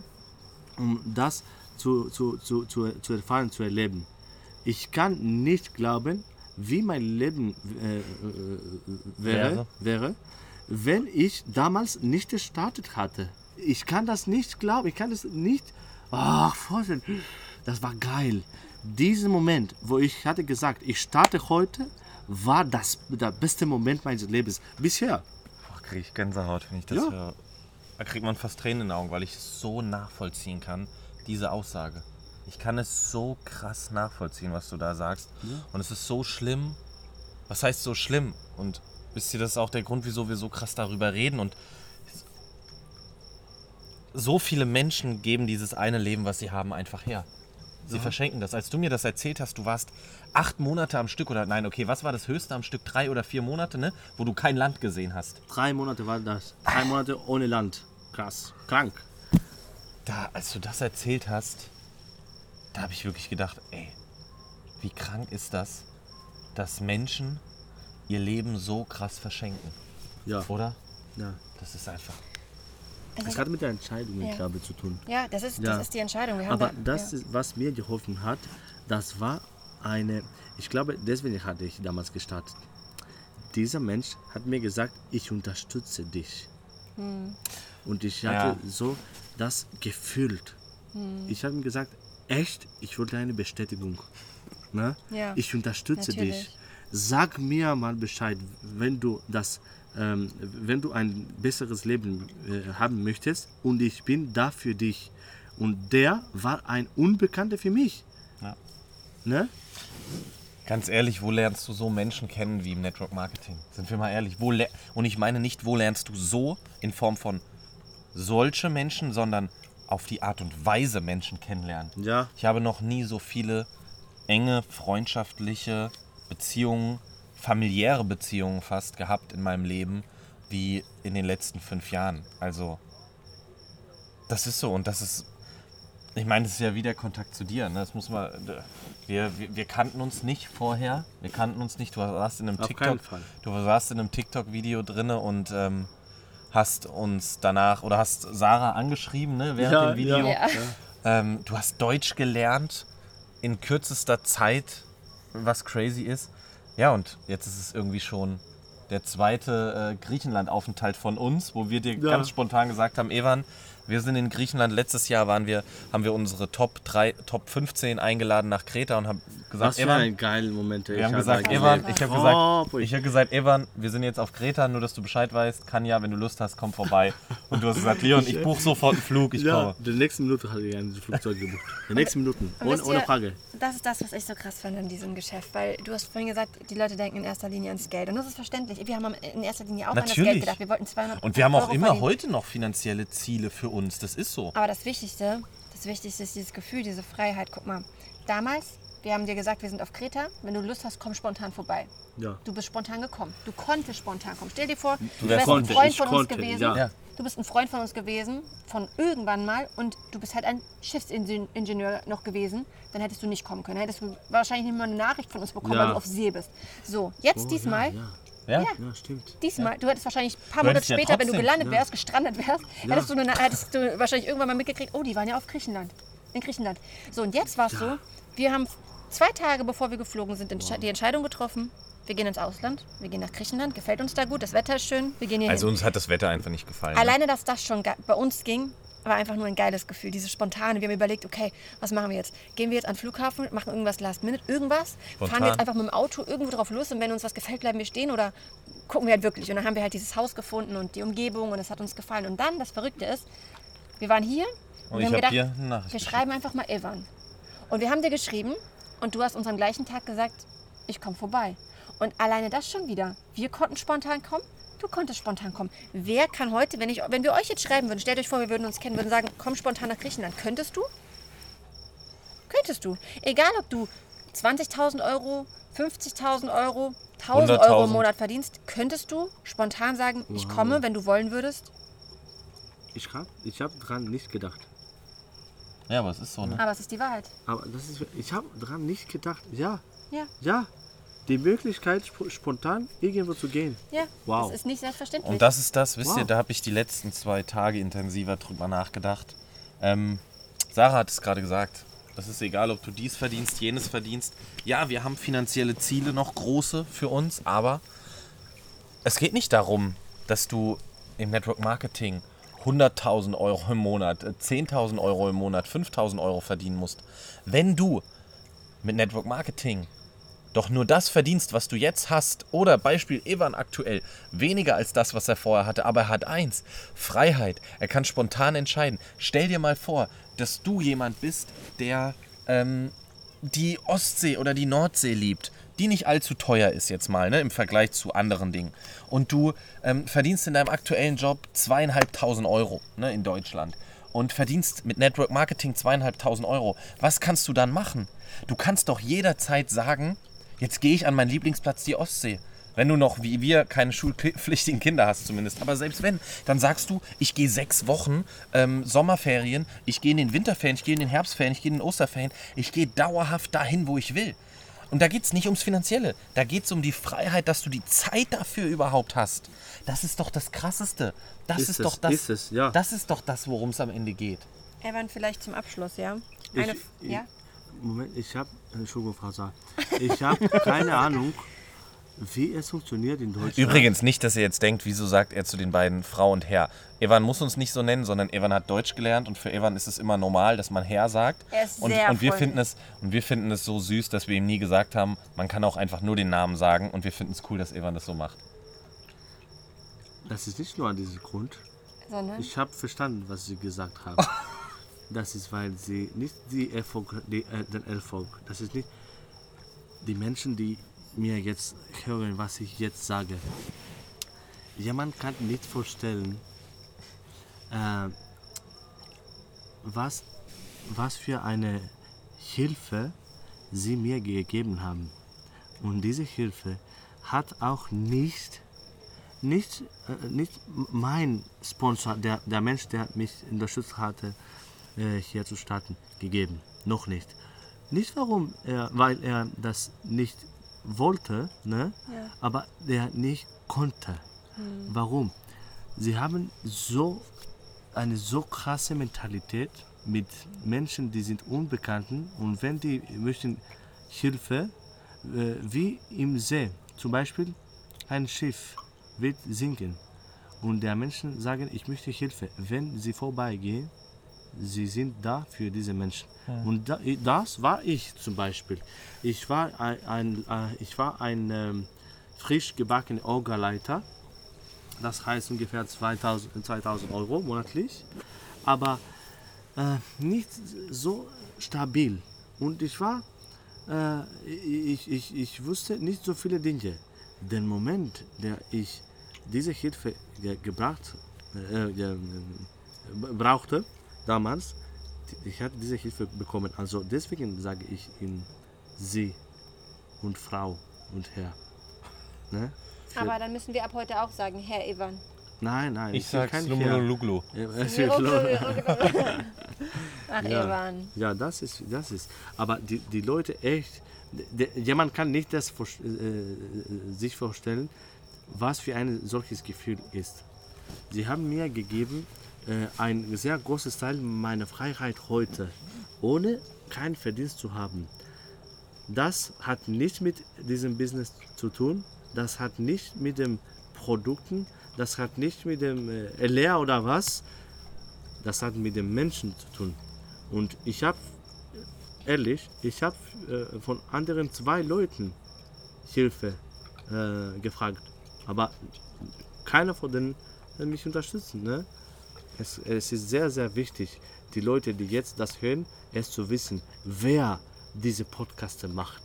Speaker 4: um das zu, zu, zu, zu, zu erfahren, zu erleben. Ich kann nicht glauben, wie mein Leben äh, äh, wäre, wäre, wenn ich damals nicht gestartet hatte. Ich kann das nicht glauben, ich kann das nicht ach, vorstellen. Das war geil. Dieser Moment, wo ich hatte gesagt, ich starte heute, war das der beste Moment meines Lebens bisher.
Speaker 3: Boah, kriege ich Gänsehaut, wenn ich das
Speaker 4: Ja.
Speaker 3: höre. Da kriegt man fast Tränen in den Augen, weil ich es so nachvollziehen kann, diese Aussage. Ich kann es so krass nachvollziehen, was du da sagst.
Speaker 4: Ja.
Speaker 3: Und es ist so schlimm. Was heißt so schlimm? Und wisst ihr, das ist auch der Grund, wieso wir so krass darüber reden. Und so viele Menschen geben dieses eine Leben, was sie haben, einfach her. Sie
Speaker 4: Ja.
Speaker 3: verschenken das. Als du mir das erzählt hast, du warst acht Monate am Stück, oder nein, okay, was war das höchste am Stück? Drei oder vier Monate, ne? Wo du kein Land gesehen hast.
Speaker 4: Drei Monate war das. Drei Monate ohne Land. Krass. Krank.
Speaker 3: Da, als du das erzählt hast, da habe ich wirklich gedacht, ey, wie krank ist das, dass Menschen ihr Leben so krass verschenken,
Speaker 4: Ja.
Speaker 3: oder?
Speaker 4: ja.
Speaker 3: Das ist einfach...
Speaker 4: Es hat mit der Entscheidung,
Speaker 2: Ja.
Speaker 4: ich glaube, zu tun.
Speaker 2: Ja, das ist,
Speaker 4: Ja.
Speaker 2: das ist die Entscheidung. Wir haben
Speaker 4: Aber
Speaker 2: da,
Speaker 4: das,
Speaker 2: ja.
Speaker 4: ist, was mir geholfen hat, das war eine, ich glaube, deswegen hatte ich damals gestartet. Dieser Mensch hat mir gesagt, ich unterstütze dich.
Speaker 2: Hm.
Speaker 4: Und ich hatte
Speaker 3: Ja.
Speaker 4: so das gefühlt.
Speaker 2: Hm.
Speaker 4: Ich habe ihm gesagt, echt, ich wollte eine Bestätigung. Ne?
Speaker 2: Ja,
Speaker 4: Ich unterstütze
Speaker 2: natürlich.
Speaker 4: dich. Sag mir mal Bescheid, wenn du das, ähm, wenn du ein besseres Leben äh, haben möchtest, und ich bin da für dich. Und der war ein Unbekannter für mich.
Speaker 3: Ja.
Speaker 4: Ne?
Speaker 3: Ganz ehrlich, wo lernst du so Menschen kennen wie im Network Marketing? Sind wir mal ehrlich. Wo le- Und ich meine nicht, wo lernst du so in Form von solche Menschen, sondern auf die Art und Weise Menschen kennenlernen.
Speaker 4: Ja.
Speaker 3: Ich habe noch nie so viele enge, freundschaftliche Beziehungen, familiäre Beziehungen fast gehabt in meinem Leben, wie in den letzten fünf Jahren. Also, das ist so, und das ist, ich meine, das ist ja wieder Kontakt zu dir, ne? Das muss man, wir, wir, wir kannten uns nicht vorher, wir kannten uns nicht, du warst in einem
Speaker 4: Auf
Speaker 3: TikTok,
Speaker 4: keinen Fall.
Speaker 3: du warst in einem TikTok-Video drinne und ähm, hast uns danach, oder hast Sarah angeschrieben, ne, während
Speaker 4: Ja,
Speaker 3: dem Video.
Speaker 4: ja.
Speaker 2: Ja.
Speaker 3: Ähm, du hast Deutsch gelernt in kürzester Zeit, was crazy ist. Ja, und jetzt ist es irgendwie schon der zweite äh, Griechenland-Aufenthalt von uns, wo wir dir
Speaker 4: Ja.
Speaker 3: ganz spontan gesagt haben, Evan, wir sind in Griechenland. Letztes Jahr waren wir, haben wir unsere Top drei, Top fünfzehn eingeladen nach Kreta und haben gesagt,
Speaker 4: Was für
Speaker 3: Evan,
Speaker 4: ein geiler Moment.
Speaker 3: wir haben gesagt, Evan, ich habe gesagt, ich habe gesagt, Evan, wir sind jetzt auf Kreta, nur dass du Bescheid weißt, Kanja, wenn du Lust hast, komm vorbei. Und du hast gesagt, Leon, ich buche sofort einen Flug, ich
Speaker 4: Ja,
Speaker 3: komme.
Speaker 4: die nächsten Minute hatte ich ein Flugzeug gebucht. Die nächsten Minuten,
Speaker 2: Und
Speaker 4: ohne,
Speaker 2: wisst
Speaker 4: ohne
Speaker 2: ihr,
Speaker 4: Frage.
Speaker 2: Das ist das, was ich so krass fand an diesem Geschäft, weil du hast vorhin gesagt, die Leute denken in erster Linie ans Geld. Und das ist verständlich. Wir haben in erster Linie auch an das
Speaker 3: Natürlich.
Speaker 2: Geld gedacht. Wir wollten zweihundert
Speaker 3: Und wir haben auch
Speaker 2: Euro
Speaker 3: immer
Speaker 2: verdienen.
Speaker 3: heute noch finanzielle Ziele für uns, das ist so.
Speaker 2: Aber das Wichtigste, das Wichtigste ist dieses Gefühl, diese Freiheit. Guck mal, damals, wir haben dir gesagt, wir sind auf Kreta. Wenn du Lust hast, komm spontan vorbei.
Speaker 4: Ja.
Speaker 2: Du bist spontan gekommen. Du konntest spontan kommen. Stell dir vor, du,
Speaker 3: wärst
Speaker 2: wärst ein
Speaker 4: konnte,
Speaker 2: Freund
Speaker 4: ich
Speaker 2: von uns
Speaker 4: konnte,
Speaker 2: gewesen.
Speaker 4: ja.
Speaker 3: Ja.
Speaker 2: Du bist ein Freund von uns gewesen, von irgendwann mal, und du bist halt ein Schiffsingenieur noch gewesen. Dann hättest du nicht kommen können. Dann hättest du wahrscheinlich nicht mal eine Nachricht von uns bekommen,
Speaker 4: Ja.
Speaker 2: weil du auf See bist. So, jetzt
Speaker 4: Oh,
Speaker 2: diesmal,
Speaker 4: Ja,
Speaker 3: Ja?
Speaker 2: Ja.
Speaker 4: ja. ja stimmt.
Speaker 2: diesmal, du hättest wahrscheinlich ein paar
Speaker 3: Du
Speaker 2: Monate
Speaker 3: hättest ja
Speaker 2: später, wenn du
Speaker 3: trotzdem-
Speaker 2: gelandet
Speaker 4: ja.
Speaker 2: wärst, gestrandet wärst, hättest, du eine, hättest du wahrscheinlich irgendwann mal mitgekriegt, oh, die waren ja auf Griechenland. In Griechenland. So, und jetzt war es so, wir haben zwei Tage bevor wir geflogen sind, entsche- die Entscheidung getroffen, wir gehen ins Ausland, wir gehen nach Griechenland, gefällt uns da gut, das Wetter ist schön, wir gehen hier
Speaker 3: Also
Speaker 2: hin.
Speaker 3: uns hat das Wetter einfach nicht gefallen. Ne?
Speaker 2: Alleine, dass das schon ge- bei uns ging, war einfach nur ein geiles Gefühl, dieses Spontane. Wir haben überlegt, okay, was machen wir jetzt? Gehen wir jetzt an den Flughafen, machen irgendwas Last Minute, irgendwas?
Speaker 3: Spontan.
Speaker 2: Fahren wir jetzt einfach mit dem Auto irgendwo drauf los und wenn uns was gefällt, bleiben wir stehen oder gucken wir halt wirklich? Und dann haben wir halt dieses Haus gefunden und die Umgebung und es hat uns gefallen. Und dann, das Verrückte ist, wir waren hier
Speaker 3: Und
Speaker 2: und
Speaker 3: ich
Speaker 2: wir
Speaker 3: habe
Speaker 2: haben
Speaker 3: dir
Speaker 2: gedacht,
Speaker 3: eine Nachricht
Speaker 2: wir
Speaker 3: geschickt.
Speaker 2: schreiben einfach mal Evan. Und wir haben dir geschrieben und du hast uns am gleichen Tag gesagt, ich komme vorbei. Und alleine das schon wieder. Wir konnten spontan kommen, du konntest spontan kommen. Wer kann heute, wenn, ich, wenn wir euch jetzt schreiben würden, stellt euch vor, wir würden uns kennen, würden sagen, komm spontan nach Griechenland. Könntest du? Könntest du. Egal, ob du zwanzigtausend Euro, fünfzigtausend Euro, tausend Euro im
Speaker 3: hunderttausend.
Speaker 2: Monat verdienst, könntest du spontan sagen, ich komme, wenn du wollen würdest?
Speaker 4: Ich habe ich hab dran nicht gedacht.
Speaker 3: Ja, aber es ist so, ne?
Speaker 2: Aber es ist die Wahrheit.
Speaker 4: Aber das ist, ich habe dran nicht gedacht. Ja,
Speaker 2: Ja,
Speaker 4: ja. Die Möglichkeit, sp spontan irgendwo zu gehen.
Speaker 2: ja.
Speaker 4: Wow.
Speaker 2: Das ist nicht selbstverständlich.
Speaker 3: Und das ist das, wisst
Speaker 4: Wow.
Speaker 3: ihr, da habe ich die letzten zwei Tage intensiver drüber nachgedacht. Ähm, Sarah hat es gerade gesagt. Das ist egal, ob du dies verdienst, jenes verdienst. Ja, wir haben finanzielle Ziele noch große für uns, aber es geht nicht darum, dass du im Network Marketing hunderttausend Euro im Monat, zehntausend Euro im Monat, fünftausend Euro verdienen musst. Wenn du mit Network Marketing doch nur das verdienst, was du jetzt hast, oder Beispiel Evan aktuell, weniger als das, was er vorher hatte, aber er hat eins, Freiheit, er kann spontan entscheiden. Stell dir mal vor, dass du jemand bist, der ähm, die Ostsee oder die Nordsee liebt, die nicht allzu teuer ist jetzt mal, ne, im Vergleich zu anderen Dingen. Und du ähm, verdienst in deinem aktuellen Job zweieinhalbtausend Euro, ne, in Deutschland. Und verdienst mit Network Marketing zweieinhalbtausend Euro. Was kannst du dann machen? Du kannst doch jederzeit sagen, jetzt gehe ich an meinen Lieblingsplatz, die Ostsee. Wenn du noch, wie wir, keine schulpflichtigen Kinder hast zumindest. Aber selbst wenn, dann sagst du, ich gehe sechs Wochen ähm, Sommerferien, ich gehe in den Winterferien, ich gehe in den Herbstferien, ich gehe in den Osterferien. Ich gehe dauerhaft dahin, wo ich will. Und da geht es nicht ums Finanzielle. Da geht es um die Freiheit, dass du die Zeit dafür überhaupt hast. Das ist doch das Krasseste. Das ist,
Speaker 4: Ist
Speaker 3: ist
Speaker 4: es,
Speaker 3: doch das,
Speaker 4: ist es, ja.
Speaker 3: das ist doch das, worum es am Ende geht.
Speaker 2: Evan, vielleicht zum Abschluss, ja?
Speaker 4: Ich-
Speaker 2: Eine,
Speaker 4: ich-
Speaker 2: ja?
Speaker 4: Moment, ich habe, Entschuldigung, Frau Saar, ich habe keine Ahnung, wie es funktioniert in Deutschland.
Speaker 3: Übrigens nicht, dass ihr jetzt denkt, wieso sagt er zu den beiden Frau und Herr. Evan muss uns nicht so nennen, sondern Evan hat Deutsch gelernt und für Evan ist es immer normal, dass man Herr sagt.
Speaker 2: Er ist
Speaker 3: und,
Speaker 2: sehr
Speaker 3: und wir
Speaker 2: freundlich.
Speaker 3: finden es Und wir finden es so süß, dass wir ihm nie gesagt haben, man kann auch einfach nur den Namen sagen und wir finden es cool, dass Evan das so macht.
Speaker 4: Das ist nicht nur an diesem Grund.
Speaker 2: Sondern?
Speaker 4: Ich habe verstanden, was Sie gesagt haben. Das ist, weil Sie nicht die Erfolg, die, äh, den Erfolg, das ist nicht die Menschen, die mir jetzt hören, was ich jetzt sage. Jemand kann nicht vorstellen, äh, was, was für eine Hilfe Sie mir gegeben haben. Und diese Hilfe hat auch nicht nicht, äh, nicht mein Sponsor, der, der Mensch, der mich unterstützt hatte, äh, hier zu starten, gegeben. Noch nicht. Nicht warum, er, weil er das nicht wollte, ne?
Speaker 2: Ja.
Speaker 4: Aber der nicht konnte. Warum? Sie haben so eine so krasse Mentalität mit Menschen, die sind Unbekannten und wenn die möchten Hilfe, äh, wie im See, zum Beispiel ein Schiff wird sinken und der Menschen sagen, ich möchte Hilfe. Wenn sie vorbeigehen, sie sind da für diese Menschen. Und da, das war ich zum Beispiel. Ich war ein, ein, äh, ich war ein ähm, frisch gebackener Orga-Leiter. Das heißt ungefähr zweitausend Euro monatlich. Aber äh, nicht so stabil. Und ich war, äh, ich, ich, ich wusste nicht so viele Dinge. Den Moment, der ich diese Hilfe ge gebracht äh, ge brauchte, damals, ich hatte diese Hilfe bekommen. Also deswegen sage ich Ihnen Sie und Frau und Herr. Ne? Für-
Speaker 2: Aber dann müssen wir ab heute auch sagen, Herr Evan.
Speaker 4: Nein, nein.
Speaker 3: Ich
Speaker 4: will
Speaker 3: sag
Speaker 4: kein
Speaker 3: Slumululuglu.
Speaker 4: Herr. Ja, es wird
Speaker 2: Ach,
Speaker 4: Ja.
Speaker 2: Evan.
Speaker 4: Ja, das ist, das ist. Aber die, die Leute echt, der, jemand kann nicht das vor, äh, sich vorstellen, was für ein solches Gefühl ist. Sie haben mir gegeben äh, ein sehr großes Teil meiner Freiheit heute, ohne keinen Verdienst zu haben. Das hat nicht mit diesem Business zu tun, das hat nicht mit den Produkten, das hat nicht mit dem äh, Lehr oder was, das hat mit den Menschen zu tun. Und ich habe, ehrlich, ich habe äh, von anderen zwei Leuten Hilfe äh, gefragt. Aber keiner von denen will mich unterstützen. Ne? Es, es ist sehr, sehr wichtig, die Leute, die jetzt das hören, es zu wissen, wer diese Podcaste macht.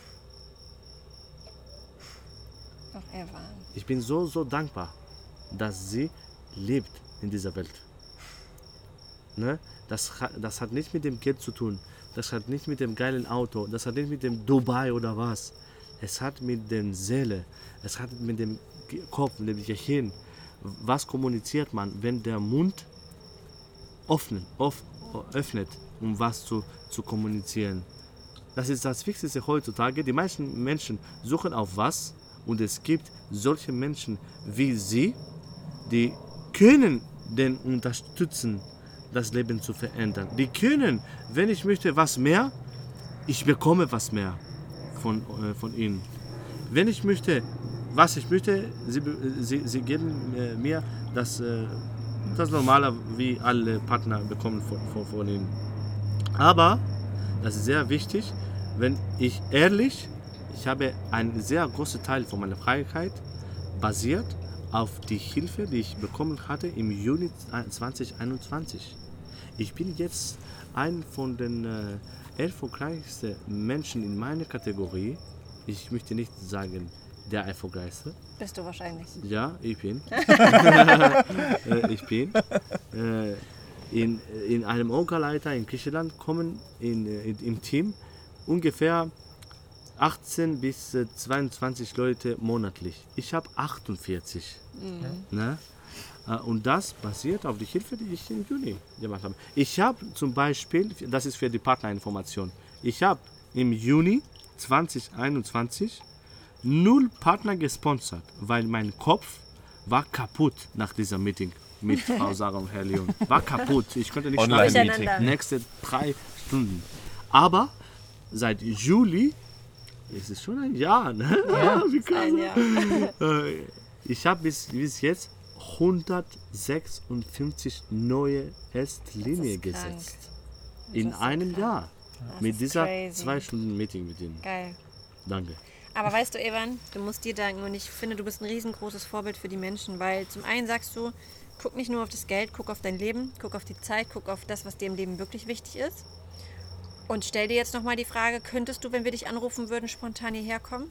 Speaker 2: Ach, Evan.
Speaker 4: Ich bin so, so dankbar, dass sie lebt in dieser Welt. Ne? Das, ha- das hat nicht mit dem Geld zu tun. Das hat nicht mit dem geilen Auto. Das hat nicht mit dem Dubai oder was. Es hat mit der Seele. Es hat mit dem Ge- Kopf, mit dem Gehirn. Was kommuniziert man, wenn der Mund öffnet, off, öffnet um was zu, zu kommunizieren? Das ist das Wichtigste heutzutage. Die meisten Menschen suchen auf was. Und es gibt solche Menschen wie Sie, die können den unterstützen, das Leben zu verändern. Die können, wenn ich möchte was mehr, ich bekomme was mehr von, äh, von ihnen. Wenn ich möchte, was ich möchte, sie, sie, sie geben äh, mir das, äh, das Normale, wie alle Partner bekommen von, von, von ihnen. Aber, das ist sehr wichtig, wenn ich ehrlich, ich habe einen sehr großen Teil von meiner Freiheit basiert auf die Hilfe, die ich bekommen hatte im Juni zwanzig einundzwanzig. Ich bin jetzt ein von den äh, erfolgreichsten Menschen in meiner Kategorie. Ich möchte nicht sagen, der erfolgreichste.
Speaker 2: Bist du wahrscheinlich.
Speaker 4: Ja, ich bin. äh, ich bin. Äh, in, in einem Orga-Leiter in Griechenland kommen in, in, im Team ungefähr achtzehn bis zweiundzwanzig Leute monatlich. Ich habe achtundvierzig. Mhm. Ne? Und das basiert auf die Hilfe, die ich im Juni gemacht habe. Ich habe zum Beispiel, das ist für die Partnerinformation, ich habe im Juni zwanzig einundzwanzig null Partner gesponsert, weil mein Kopf war kaputt nach diesem Meeting mit Frau Sarah und Herr Leon. War kaputt. Ich konnte nicht schlafen.
Speaker 3: Online-Meeting.
Speaker 4: Nächste drei Stunden. Aber seit Juli, es ist schon ein Jahr, ne?
Speaker 2: Ja,
Speaker 4: Wie krass.
Speaker 2: ein Jahr.
Speaker 4: Äh, Ich habe bis, bis jetzt hundertsechsundfünfzig neue Erstlinie
Speaker 2: Das ist krank.
Speaker 4: gesetzt.
Speaker 2: Das
Speaker 4: In
Speaker 2: ist so
Speaker 4: einem
Speaker 2: krank.
Speaker 4: Jahr.
Speaker 2: Das
Speaker 4: Mit
Speaker 2: ist
Speaker 4: dieser
Speaker 2: crazy.
Speaker 4: zwei Stunden Meeting mit Ihnen.
Speaker 2: Geil.
Speaker 4: Danke.
Speaker 2: Aber weißt du, Evan, du musst dir danken und ich finde, du bist ein riesengroßes Vorbild für die Menschen, weil zum einen sagst du, guck nicht nur auf das Geld, guck auf dein Leben, guck auf die Zeit, guck auf das, was dir im Leben wirklich wichtig ist. Und stell dir jetzt nochmal die Frage, könntest du, wenn wir dich anrufen würden, spontan hierher kommen?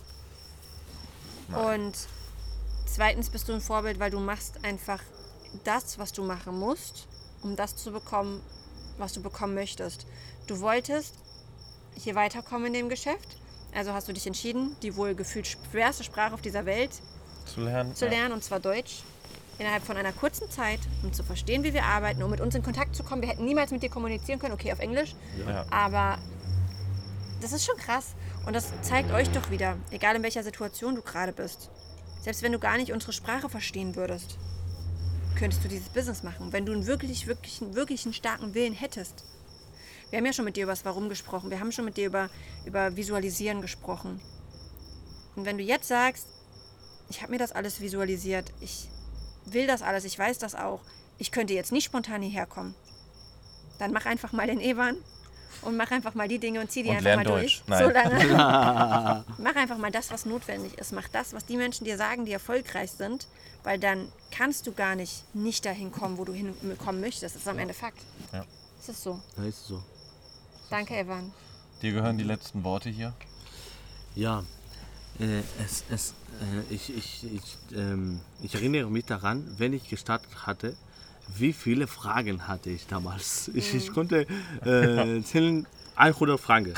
Speaker 2: Und zweitens bist du ein Vorbild, weil du machst einfach das, was du machen musst, um das zu bekommen, was du bekommen möchtest. Du wolltest hier weiterkommen in dem Geschäft, also hast du dich entschieden, die wohl gefühlt schwerste Sprache auf dieser Welt
Speaker 3: Zu lernen.
Speaker 2: zu lernen, und zwar Deutsch, innerhalb von einer kurzen Zeit, um zu verstehen, wie wir arbeiten, um mit uns in Kontakt zu kommen. Wir hätten niemals mit dir kommunizieren können, okay, auf Englisch,
Speaker 3: Ja.
Speaker 2: aber das ist schon krass. Und das zeigt euch doch wieder, egal in welcher Situation du gerade bist, selbst wenn du gar nicht unsere Sprache verstehen würdest, könntest du dieses Business machen, wenn du einen wirklich, wirklich, wirklich einen starken Willen hättest. Wir haben ja schon mit dir über das Warum gesprochen, wir haben schon mit dir über, über Visualisieren gesprochen. Und wenn du jetzt sagst, ich habe mir das alles visualisiert, ich will das alles, ich weiß das auch, ich könnte jetzt nicht spontan hierher kommen, dann mach einfach mal den Evan und mach einfach mal die Dinge und zieh die
Speaker 3: Und
Speaker 2: einfach
Speaker 3: lern
Speaker 2: mal
Speaker 3: Deutsch.
Speaker 2: durch.
Speaker 3: Nein.
Speaker 2: So lange. Mach einfach mal das, was notwendig ist. Mach das, was die Menschen dir sagen, die erfolgreich sind, weil dann kannst du gar nicht nicht dahin kommen, wo du hinkommen möchtest. Das ist am Ende Fakt.
Speaker 3: Ja.
Speaker 2: Das ist so.
Speaker 4: Ja, ist so.
Speaker 2: Danke, Evan.
Speaker 3: Dir gehören die letzten Worte hier.
Speaker 4: Ja, äh, es, es, äh, ich, ich, ich, ähm, ich erinnere mich daran, wenn ich gestartet hatte, wie viele Fragen hatte ich damals. Ich, ich konnte äh, zählen hundert Fragen.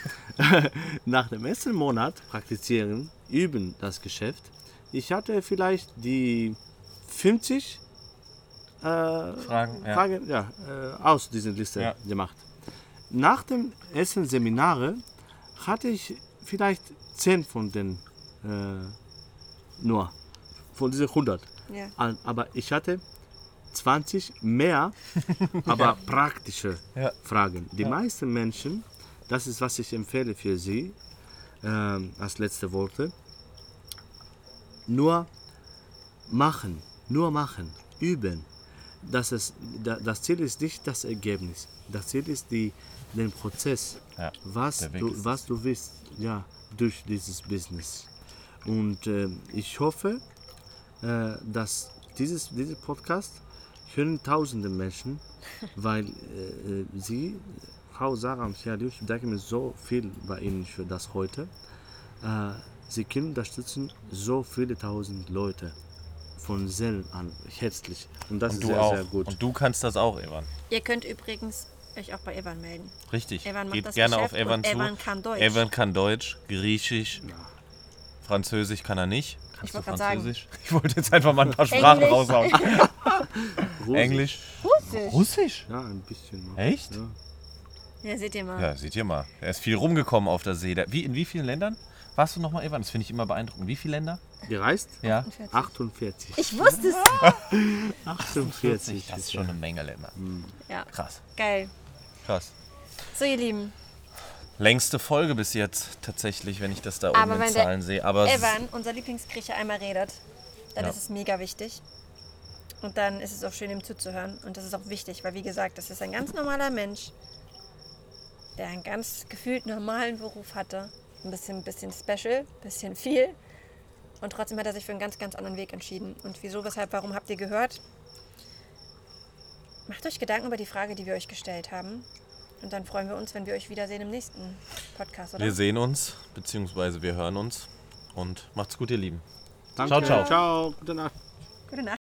Speaker 4: Nach dem ersten Monat praktizieren, üben das Geschäft, ich hatte vielleicht die fünfzig äh,
Speaker 3: Fragen, ja.
Speaker 4: Fragen ja, äh, aus dieser Liste
Speaker 3: Ja.
Speaker 4: gemacht. Nach dem ersten Seminare hatte ich vielleicht zehn von den äh, nur, von diesen hundert.
Speaker 2: Ja.
Speaker 4: An- Aber ich hatte zwanzig mehr, aber praktische
Speaker 3: Ja.
Speaker 4: Fragen. Die meisten Menschen, das ist, was ich empfehle für sie, ähm, als letzte Worte, nur machen, nur machen, üben. Das, ist, da- das Ziel ist nicht das Ergebnis. Das Ziel ist die, den Prozess,
Speaker 3: Ja,
Speaker 4: was,
Speaker 3: der Weg
Speaker 4: du,
Speaker 3: ist
Speaker 4: was du willst, ja, durch dieses Business. Und äh, ich hoffe, äh, dass dieses, dieser Podcast hören tausende Menschen, weil äh, sie, Frau Sarah und Herr Liu, ich bedanke mich so viel bei Ihnen für das heute. Äh, sie können unterstützen so viele tausend Leute von Seelen an, herzlich. Und das
Speaker 3: Und
Speaker 4: ist
Speaker 3: du
Speaker 4: sehr,
Speaker 3: auch.
Speaker 4: sehr gut.
Speaker 3: Und du kannst das auch, Evan.
Speaker 2: Ihr könnt übrigens euch auch bei Evan melden.
Speaker 3: Richtig.
Speaker 2: Evan macht
Speaker 3: Geht
Speaker 2: das
Speaker 3: gerne
Speaker 2: Geschäft
Speaker 3: auf Evan
Speaker 2: und
Speaker 3: zu.
Speaker 2: Evan kann Deutsch.
Speaker 3: Evan kann Deutsch, Griechisch, Französisch kann er nicht. Kannst
Speaker 2: Ich
Speaker 3: du
Speaker 2: wollte gerade sagen.
Speaker 3: Französisch? Ich wollte jetzt einfach mal ein paar Sprachen
Speaker 2: Englisch.
Speaker 3: raushauen.
Speaker 4: Russisch.
Speaker 3: Englisch.
Speaker 2: Russisch.
Speaker 3: Russisch?
Speaker 4: Ja, ein bisschen. noch.
Speaker 3: Echt?
Speaker 4: Ja.
Speaker 2: Ja, seht ihr mal.
Speaker 3: Ja, seht ihr mal. Er ist viel rumgekommen auf der See. Der- Wie, in wie vielen Ländern Warst du nochmal, Evan? Das finde ich immer beeindruckend. Wie viele Länder?
Speaker 4: Gereist?
Speaker 3: Ja.
Speaker 4: achtundvierzig.
Speaker 2: Ich wusste es.
Speaker 4: achtundvierzig.
Speaker 3: Das ist schon eine Menge Länder.
Speaker 2: Ja,
Speaker 3: Krass.
Speaker 2: geil.
Speaker 3: Krass.
Speaker 2: So, ihr Lieben.
Speaker 3: Längste Folge bis jetzt tatsächlich, wenn ich das da oben
Speaker 2: Aber
Speaker 3: in
Speaker 2: wenn der
Speaker 3: Zahlen sehe. Aber es ist-
Speaker 2: Evan, unser Lieblingsgrieche, einmal redet, dann
Speaker 3: Ja.
Speaker 2: ist es mega wichtig. Und dann ist es auch schön, ihm zuzuhören. Und das ist auch wichtig, weil wie gesagt, das ist ein ganz normaler Mensch, der einen ganz gefühlt normalen Beruf hatte. Ein bisschen, bisschen special, ein bisschen viel. Und trotzdem hat er sich für einen ganz, ganz anderen Weg entschieden. Und wieso, weshalb, warum habt ihr gehört? Macht euch Gedanken über die Frage, die wir euch gestellt haben. Und dann freuen wir uns, wenn wir euch wiedersehen im nächsten Podcast, oder?
Speaker 3: wir sehen uns, beziehungsweise wir hören uns. Und macht's gut, ihr Lieben.
Speaker 4: Danke.
Speaker 3: Ciao, ciao.
Speaker 4: Ciao. Gute Nacht.
Speaker 2: Gute Nacht.